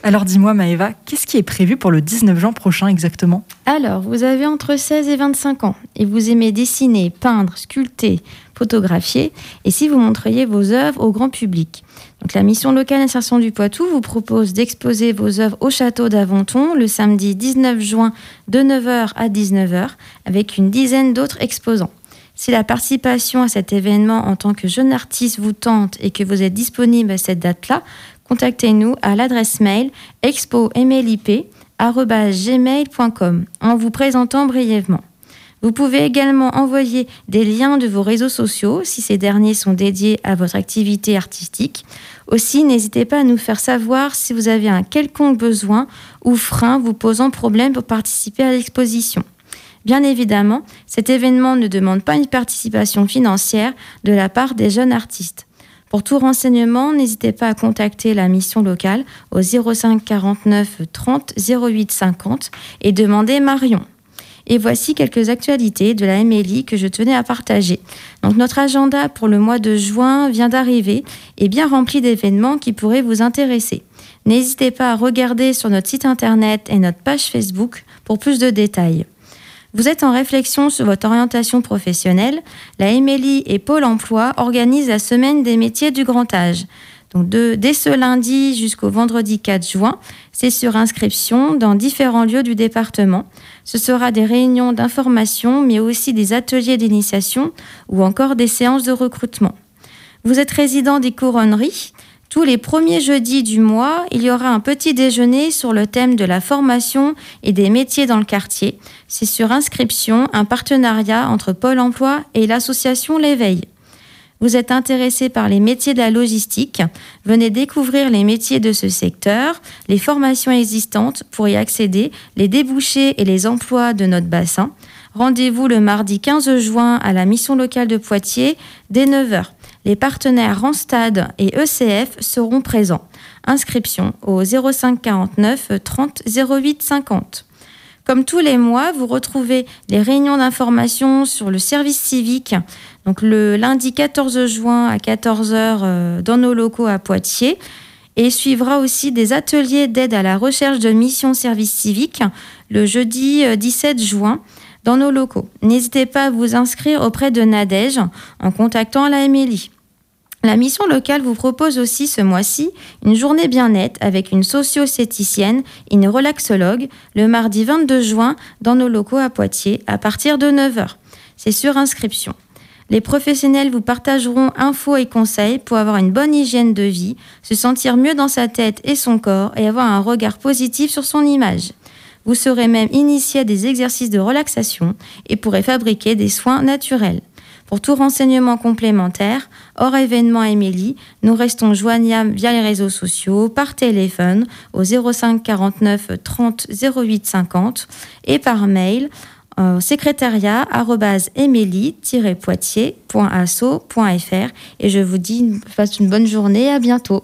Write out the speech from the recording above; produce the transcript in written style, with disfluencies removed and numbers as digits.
Alors dis-moi Maëva, qu'est-ce qui est prévu pour le 19 juin prochain exactement ? Alors, vous avez entre 16 et 25 ans et vous aimez dessiner, peindre, sculpter, photographier et si vous montriez vos œuvres au grand public. Donc, la mission locale d'insertion du Poitou vous propose d'exposer vos œuvres au château d'Aventon le samedi 19 juin de 9h à 19h avec une dizaine d'autres exposants. Si la participation à cet événement en tant que jeune artiste vous tente et que vous êtes disponible à cette date-là, contactez-nous à l'adresse mail expo-mlip@gmail.com en vous présentant brièvement. Vous pouvez également envoyer des liens de vos réseaux sociaux si ces derniers sont dédiés à votre activité artistique. Aussi, n'hésitez pas à nous faire savoir si vous avez un quelconque besoin ou frein vous posant problème pour participer à l'exposition. Bien évidemment, cet événement ne demande pas une participation financière de la part des jeunes artistes. Pour tout renseignement, n'hésitez pas à contacter la mission locale au 05 49 30 08 50 et demander Marion. Et voici quelques actualités de la MLI que je tenais à partager. Donc notre agenda pour le mois de juin vient d'arriver et bien rempli d'événements qui pourraient vous intéresser. N'hésitez pas à regarder sur notre site internet et notre page Facebook pour plus de détails. Vous êtes en réflexion sur votre orientation professionnelle. La MLI et Pôle emploi organisent la semaine des métiers du grand âge. Donc dès ce lundi jusqu'au vendredi 4 juin, c'est sur inscription dans différents lieux du département. Ce sera des réunions d'information, mais aussi des ateliers d'initiation ou encore des séances de recrutement. Vous êtes résident des Couronneries. Tous les premiers jeudis du mois, il y aura un petit déjeuner sur le thème de la formation et des métiers dans le quartier. C'est sur inscription, un partenariat entre Pôle emploi et l'association L'Éveil. Vous êtes intéressé par les métiers de la logistique, venez découvrir les métiers de ce secteur, les formations existantes pour y accéder, les débouchés et les emplois de notre bassin. Rendez-vous le mardi 15 juin à la mission locale de Poitiers dès 9h. Les partenaires Randstad et ECF seront présents. Inscription au 05 49 30 08 50. Comme tous les mois, vous retrouvez les réunions d'information sur le service civique, donc le lundi 14 juin à 14h dans nos locaux à Poitiers. Et suivra aussi des ateliers d'aide à la recherche de missions service civique le jeudi 17 juin dans nos locaux. N'hésitez pas à vous inscrire auprès de Nadège en contactant la MLI. La mission locale vous propose aussi ce mois-ci une journée bien-être avec une socio-esthéticienne et une relaxologue le mardi 22 juin dans nos locaux à Poitiers à partir de 9h. C'est sur inscription. Les professionnels vous partageront infos et conseils pour avoir une bonne hygiène de vie, se sentir mieux dans sa tête et son corps et avoir un regard positif sur son image. Vous serez même initié à des exercices de relaxation et pourrez fabriquer des soins naturels. Pour tout renseignement complémentaire, hors événement Émilie, nous restons joignables via les réseaux sociaux, par téléphone au 05 49 30 08 50 et par mail au secrétariat@emily-poitiers.asso.fr. Et je vous dis, passe une bonne journée, à bientôt.